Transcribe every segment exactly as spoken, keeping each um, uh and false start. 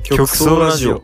極総ラジオ。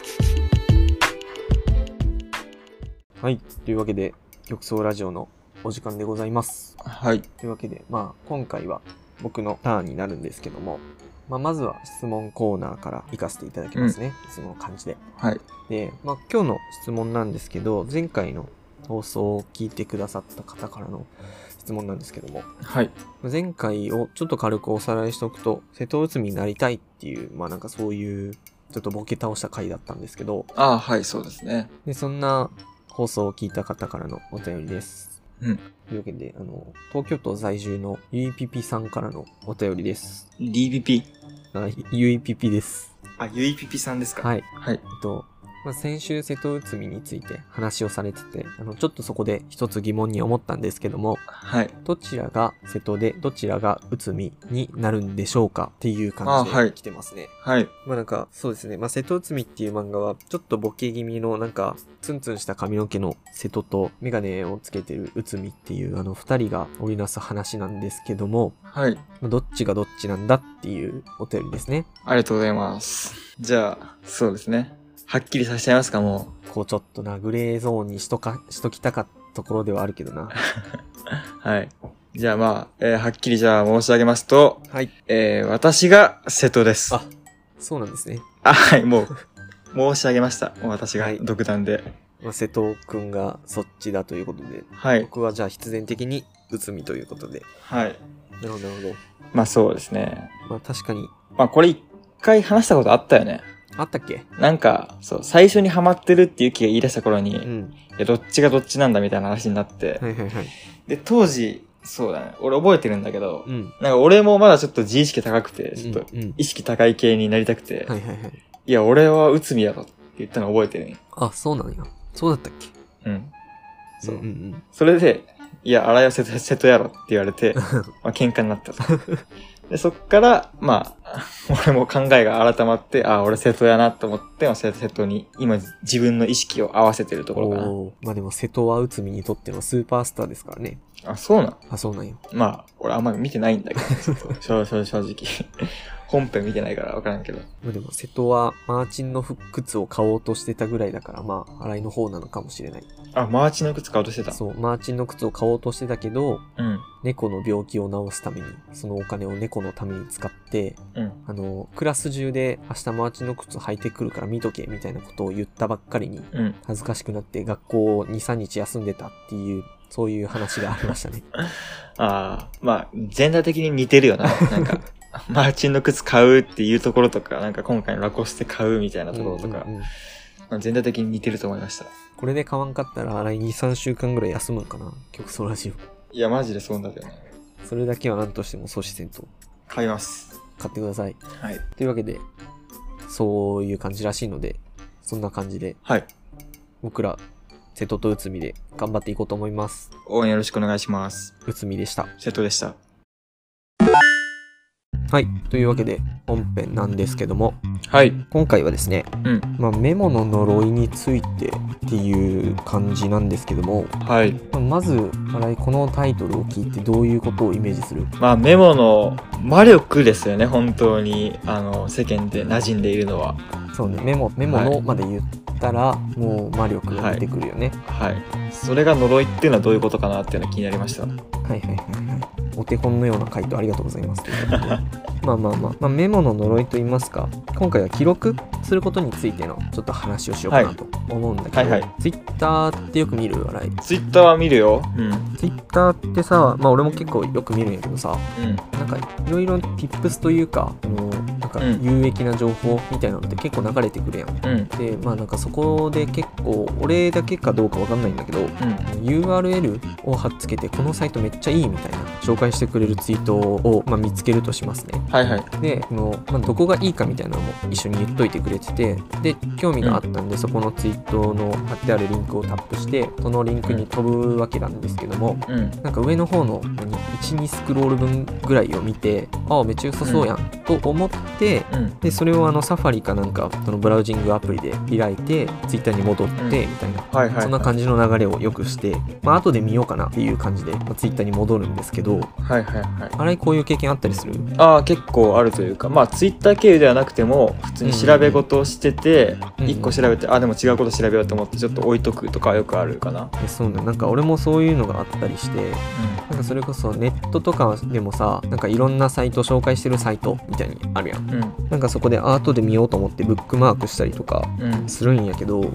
はい、というわけで極総ラジオのお時間でございます。 はい。 というわけで、まあ今回は僕のターンになるんですけども、まあ、まずは質問コーナーから行かせていただきますね。うん、いつもの感じで。 はい。 で、まあ今日の質問なんですけど、前回の放送を聞いてくださった方からの質問なんですけども、 はい。 前回をちょっと軽くおさらいしておくと、瀬戸内海になりたいっていう、まあなんかそういうちょっとボケ倒した回だったんですけど、 ああ、はい、そうですね。 で、そんな放送を聞いた方からのお便りです。 うん。 というわけで、あの、東京都在住のゆいぴぴさんからのお便りです。 ディービーピー。 あ、ゆいぴぴです。 あ、ゆいぴぴさんですか。 はい。 はい。 えっと、まあ、先週瀬戸内海について話をされてて、あの、ちょっとそこで一つ疑問に思ったんですけども、 はい。 どちらが瀬戸でどちらが内海になるんでしょうかっていう感じで来てますね。 はい。 まあなんか、そうですね。まあ瀬戸内海っていう漫画は、ちょっとボケ気味のなんか、ツンツンした髪の毛の瀬戸とメガネをつけてる内海っていうあの二人が織りなす話なんですけども、 はい。 まあ、どっちがどっちなんだっていうお便りですね。 ありがとうございます。じゃあ、そうですね。はっきりさせちゃいますか、もう。こうちょっとな、グレーゾーンにしとか、しときたかったところではあるけどな。 はい。じゃあまあ、えー、はっきりじゃあ申し上げますと、 はい。 えー、私が瀬戸です。 あ、そうなんですね。 あ、はい、もう、申し上げました。もう私が独断で。はい、 まあ、瀬戸くんがそっちだということで、 はい。 僕はじゃあ必然的に内海ということで。 はい。 なるほど、なるほど。 まあそうですね。 まあ確かに。 まあこれ一回話したことあったよね。 あったっけ？ なんか、そう、最初にハマってるっていう気が言い出した頃に、 うん、 いや、どっちがどっちなんだみたいな話になって、 はいはいはい。 で、当時、そうだね、俺覚えてるんだけど、 うん、 なんか俺もまだちょっと自意識高くて、ちょっと意識高い系になりたくて、 はいはいはい。 いや、俺は内海やろって言ったの覚えてるね。 あ、そうなんや。そうだったっけ？ うん。そう。 うんうん、 それで、いや、荒井は瀬戸、瀬戸やろって言われて、まあ喧嘩になったと。で、そっから、まあ、俺も考えが改まって、ああ、俺瀬戸やなと思って、まあ、瀬戸に今自分の意識を合わせてるところかな。 おまあでも瀬戸は内海にとってのスーパースターですからね。 あ、そうなん？ あ、そうなんよ。 まあ、俺あんまり見てないんだけど、正直、正直。本編見てないから分からんけど。 まあでも瀬戸はマーチンの靴を買おうとしてたぐらいだから、まあ、荒井の方なのかもしれない。 あ、マーチンの靴買おうとしてた？ そう、マーチンの靴を買おうとしてたけど、 うん。 猫の病気を治すために、そのお金を猫のために使って、 うん。 あの、クラス中で明日マーチンの靴履いてくるから見とけみたいなことを言ったばっかりに、 うん。 恥ずかしくなって学校をに、さんにち休んでたっていう、そういう話がありましたね。 ああ、まあ、全体的に似てるよな。なんか、マーチンの靴買うっていうところとか、なんか今回のラコステ買うみたいなところとか、うんうんうん、まあ、全体的に似てると思いました。 これで買わんかったら、来に、さんしゅうかんぐらい休むんかな、極総ラジオ。 いや、マジでそうなんだよね。 それだけは何としても阻止せんと。 買います。 買ってください。 はい。 というわけで、そういう感じらしいので、そんな感じで、 はい。 僕ら、瀬戸と内海で頑張っていこうと思います。 応援よろしくお願いします。 内海でした。 瀬戸でした。 はい。というわけで、本編なんですけども、 はい。 今回はですね、 うん。 まあ、メモの呪いについてっていう感じなんですけども、 はい。 まず、新井、このタイトルを聞いてどういうことをイメージする？ まあ、メモの魔力ですよね、本当に、あの、世間で馴染んでいるのは。 そうね、メモ、メモのまで言ったら、はい、もう魔力が出てくるよね。 はい。はい。それが呪いっていうのはどういうことかなっていうのが気になりました。はいはいはいはい。お手本のような回答ありがとうございます。まあまあまあ、まあ、メモの呪いと言いますか、今回は記録することについてのちょっと話をしようかなと思うんだけど、はいはいはい、ツイッターってよく見る？笑い。 ツイッターは見るよ。うん。 ツイッターってさ、まあ俺も結構よく見るんやけどさ、 うん、 なんかいろいろ Tips というか、あのなんか有益な情報みたいなのって結構流れてくるやん。 うん、 で、まあなんかそこで結構、俺だけかどうかわかんないんだけど、うん、ユーアールエル を貼っつけて、このサイトめっちゃいいみたいな紹介してくれるツイートを、まあ、見つけるとしますね。 はいはい。 で、この、まあ、どこがいいかみたいなのも一緒に言っといてくれてて、で、興味があったんで、うん、そこのツイートの貼ってあるリンクをタップして、そのリンクに飛ぶわけなんですけども、うん、なんか上の方のいち、にスクロール分ぐらいを見て、ああ、めっちゃ良さそうやんっと思って、うん、でそれをあのサファリかなんかそのブラウジングアプリで開いてツイッターに戻って、うん、みたいな、はいはいはい、そんな感じの流れをよくして、まあ後で見ようかなっていう感じで、まあ、ツイッターに戻るんですけど、はいはいはい、あれこういう経験あったりする？ ああ、結構あるというか、まあツイッター経由ではなくても普通に調べ事をしてて、うんうん、いっこ調べて、あでも違うこと調べようと思ってちょっと置いとくとかよくあるかな。 えそうね、なんか俺もそういうのがあったりして、うん、なんかそれこそネットとかでもさ、なんかいろんなサイト紹介してるサイトみたいにあるやん、うん、なんかそこでアートで見ようと思ってブックマークしたりとかするんやけど、うん、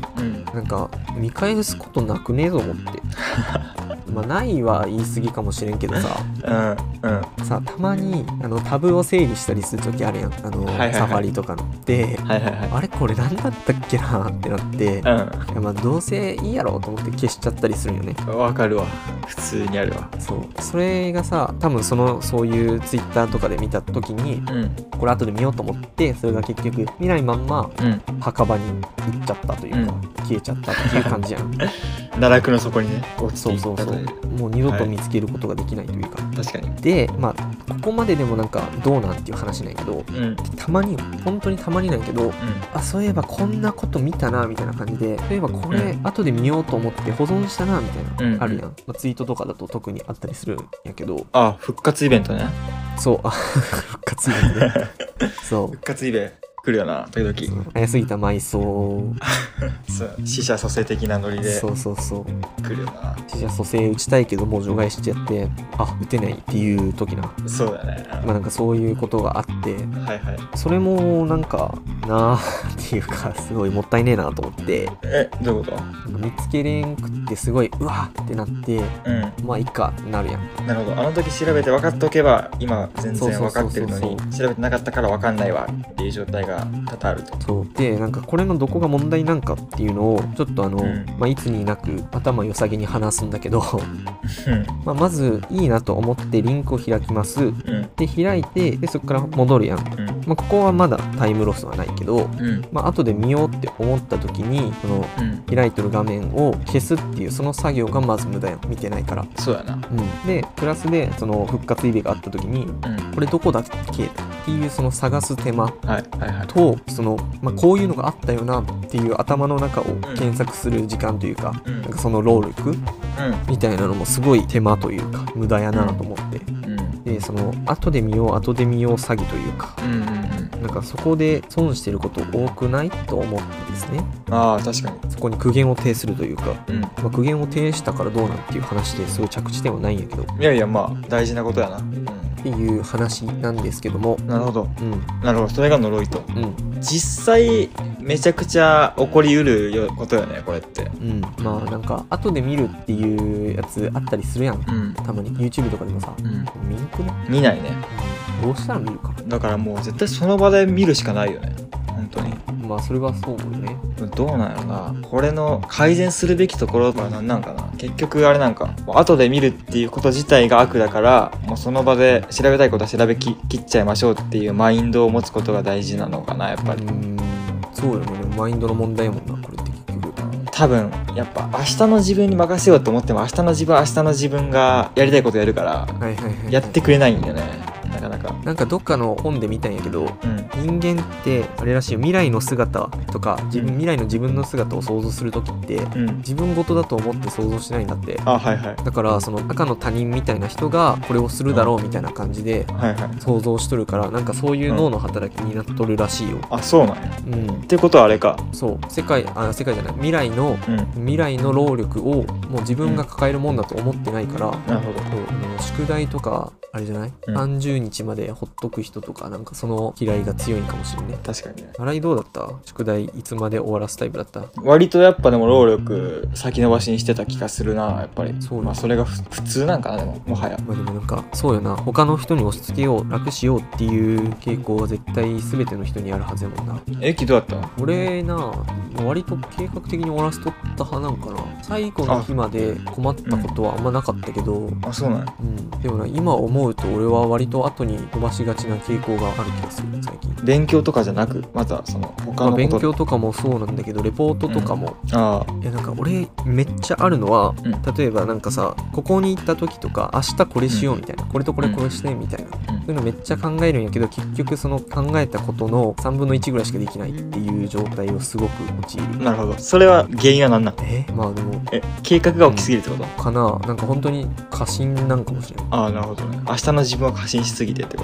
なんか見返すことなくねえぞ思ってまあないは言い過ぎかもしれんけどさ、うんうん、さたまにあのタブを整理したりする時あるやん、あの、はいはいはい、サファリとかので、はいはいはい、あれこれ何だったっけなってなって、うん、いやまあどうせいいやろと思って消しちゃったりするよね。 わかるわ、普通にあるわ。 そうそれがさ、多分そのそういうツイッターとかで見た時に、うん、これ後で見ようと思って、それが結局見ないまんま、うん、墓場に行っちゃったというか、うん、消えちゃったっていう感じやん奈落の底にね落ちていった。そうそうそう、 もう二度と見つけることができないというか、 はい、確かに。 でまあここまででもなんかどうなんっていう話なんやけど、うん、たまに本当にたまになんやけど、うん、あそういえばこんなこと見たなみたいな感じで、そういえばこれ、うん、後で見ようと思って保存したなみたいな、うん、あるやん、まあ、ツイートとかだと特にあったりするんやけど、 あ復活イベントね。 そうあ復活イベントねそう復活イベント来るよな時々。 早すぎた埋葬そう死者蘇生的なノリでそうそうそう来るよな。 死者蘇生打ちたいけどもう除外しちゃってあ打てないっていう時な。 そうだね。 まあなんかそういうことがあって、はいはい、それもなんかなあっていうかすごいもったいねえなと思って。 えどういうこと？ 見つけれんくってすごいうわってなって、うん、まあいいかってなるやん。 なるほど、あの時調べて分かっておけば今全然分かってるのに調べてなかったから分かんないわっていう状態が多々あると。 そうでなんかこれのどこが問題なんかっていうのをちょっとあの、うん、まあ、いつになく頭良さげに話すんだけど、うんまあ、まずいいなと思ってリンクを開きます、うん、で開いてでそこから戻るやん、うんまあ、ここはまだタイムロスはないけど、うんまあ後で見ようって思った時にこの開いてる画面を消すっていうその作業がまず無駄やん、見てないから。 そうやな、うん、 でプラスでその復活イベがあった時に、うん、これどこだっけっていうその探す手間と、はいはいはい、その、まあ、こういうのがあったよなっていう頭の中を検索する時間というか、うん、なんかその労力、うん、みたいなのもすごい手間というか無駄やなと思って、うん、でその後で見よう後で見よう詐欺というか、うんうんうん、なんかそこで損してること多くないと思ってですね。 ああ確かに。 そこに苦言を呈するというか、うんまあ、苦言を呈したからどうなんっていう話ですごい着地点はないんやけど、 いやいやまあ大事なことやな、うんっていう話なんですけども。 なるほど、うん、なるほど、それが呪いと、うん、実際めちゃくちゃ起こりうることよねこれって。 うんまあなんか後で見るっていうやつあったりするやん、うん、たまに YouTube とかでもさ、うん、見にくね見ないね、 うん、どうしたら見るか。 だからもう絶対その場で見るしかないよね本当に。 まあそれはそうよね。 どうなんやろな、これの改善するべきところは何なんかな。結局あれなんか後で見るっていうこと自体が悪だから、もうその場で調べたいことは調べき切っちゃいましょうっていうマインドを持つことが大事なのかなやっぱり。うーんそうよね、マインドの問題やもんなこれって結局。 多分やっぱ明日の自分に任せようと思っても明日の自分は明日の自分がやりたいことやるから、はいはいはいはい、やってくれないんだよねなかなか。 なんかどっかの本で見たんやけど、うん、人間ってあれらしいよ、未来の姿とか自分、うん、未来の自分の姿を想像するときって、うん、自分事だと思って想像しないんだって。あ、はいはい、だからその赤の他人みたいな人がこれをするだろうみたいな感じで想像しとるから、なんかそういう脳の働きになっとるらしいよ、うん、あそうなんや、うん、ってことはあれか、そう世界あ世界じゃない未来の、うん、未来の労力をもう自分が抱えるもんだと思ってないから、うん、なるほど。そうもう宿題とかあれじゃない、うん、さんじゅうにちまでほっとく人とかなんかその嫌いが強いかもしれない。確かにね。新井どうだった？宿題いつまで終わらすタイプだった？ 割とやっぱでも労力先延ばしにしてた気がするなやっぱり。そう、まあそれが普通なんかなでももはや。 まあでもなんかそうよな、他の人に押し付けよう楽しようっていう傾向は絶対全ての人にあるはずやもんな。 えきどうだった？ 俺な割と計画的に終わらせとった派なんかな。最後の日まで困ったことはあんまなかったけど、 あ、うん、あそうなんや、 うん、でもな今思うと俺は割と後に飛ばしがちな傾向がある気がする最近。 勉強とかじゃなく、またその他のこと、 まあ、勉強とかもそうなんだけどレポートとかも、 うん、あいやなんか俺めっちゃあるのは、 うん、 例えばなんかさここに行った時とか明日これしようみたいな、うん、これとこれこれしてみたいな、うん、そういうのめっちゃ考えるんやけど結局その考えたことのさんぶんのいちぐらいしかできないっていう状態をすごく陥る。 なるほど。それは原因は何なの？ えまあでもえ計画が大きすぎるってこと、うん、 かな。なんか本当に過信なんかもしれない。 ああなるほどね。明日の自分は過信しすぎてってこと。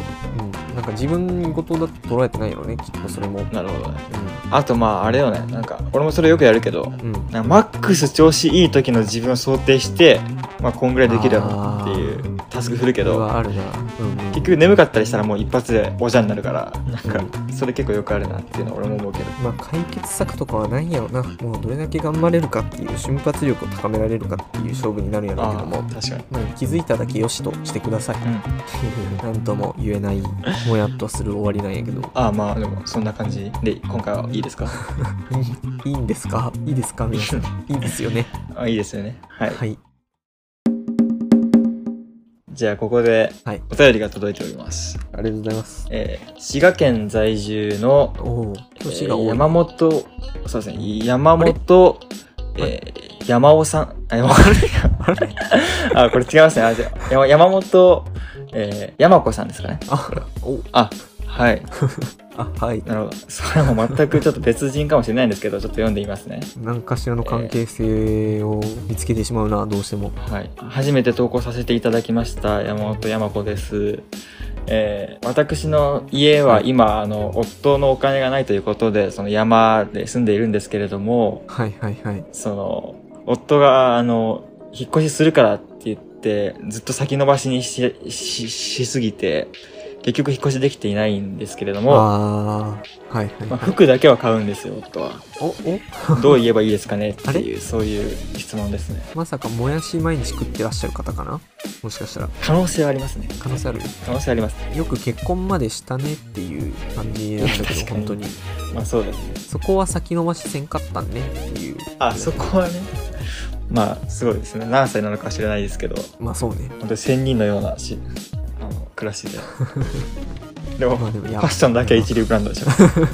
うんなんか自分事だと捉えてないよねきっとそれも。 なるほどね、うん、あとまああれよね、なんか俺もそれよくやるけど、うん、なんかマックス調子いい時の自分を想定してまあこんぐらいできるやろっていうタスク振るけど、 あるな、うんうん、 結局眠かったりしたらもう一発でおじゃになるからなんかそれ結構よくあるなっていうのは俺も思うけど、 まあ解決策とかはないんやろな。もうどれだけ頑張れるかっていう瞬発力を高められるかっていう勝負になるんやろうけども、 確かに、 まあ、気づいただけよしとしてください、うん、なんとも言えないもやっとする終わりなんやけどああまあでもそんな感じで今回はいいですかいいんですかいいですか皆さんいいですよねあいいですよねはい、 はい、 じゃあここでお便りが届いております、 はい、ありがとうございます、 えー、滋賀県在住のおえー、山本そうですね山本えー、山尾さんあ山あこれ違いますね。あじゃあ山本えー、山子さんですかね。 あおあはいあはいなるほど。それはもう全くちょっと別人かもしれないんですけどちょっと読んでみますね。 何かしらの関係性を見つけてしまうな、えー、どうしても。 はい初めて投稿させていただきました山本山子です。えー、私の家は今、はい、あの夫のお金がないということでその山で住んでいるんですけれども、 はいはいはい、 その夫があの引っ越しするからって言ってずっと先延ばしにし、し、しすぎて結局引っ越しできていないんですけれども、 あ、はいはいはい、 まあ、服だけは買うんですよ夫は。 おおどう言えばいいですかねっていうそういう質問ですね。 まさかもやし毎日食ってらっしゃる方かな、もしかしたら。 可能性はありますね。 可能性ある可能性あります。 よく結婚までしたねっていう感じだったけど本当にまあそうですね。 そこは先延ばしせんかったんねっていう。 あそこはねまあすごいですね。何歳なのか知らないですけどまあそうね本当に仙人のようなしあの暮らしででも、まあ、でもファッションだけは一流ブランドでしょ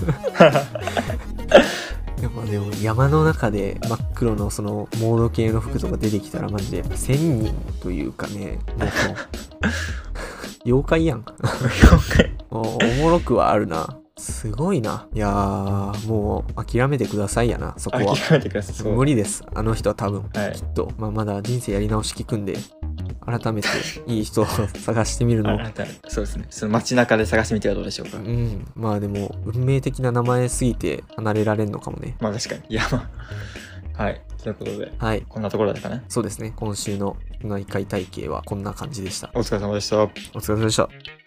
やっぱでも山の中で真っ黒のそのモード系の服とか出てきたらマジで仙人というかねもう妖怪やんもうおもろくはあるな。すごいな。いやーもう諦めてくださいやなそこは。 諦めてください。 無理ですあの人は多分、 はい、 きっと、まあ、まだ人生やり直し聞くんで改めていい人を探してみるのそうですね。その街中で探してみてはどうでしょうか。 うんまあでも運命的な名前すぎて離れられんのかもね。 まあ確かに。いやまあはいということで、 はい、 こんなところですかね。 そうですね今週の内科体系はこんな感じでした。 お疲れ様でした。お疲れ様でした。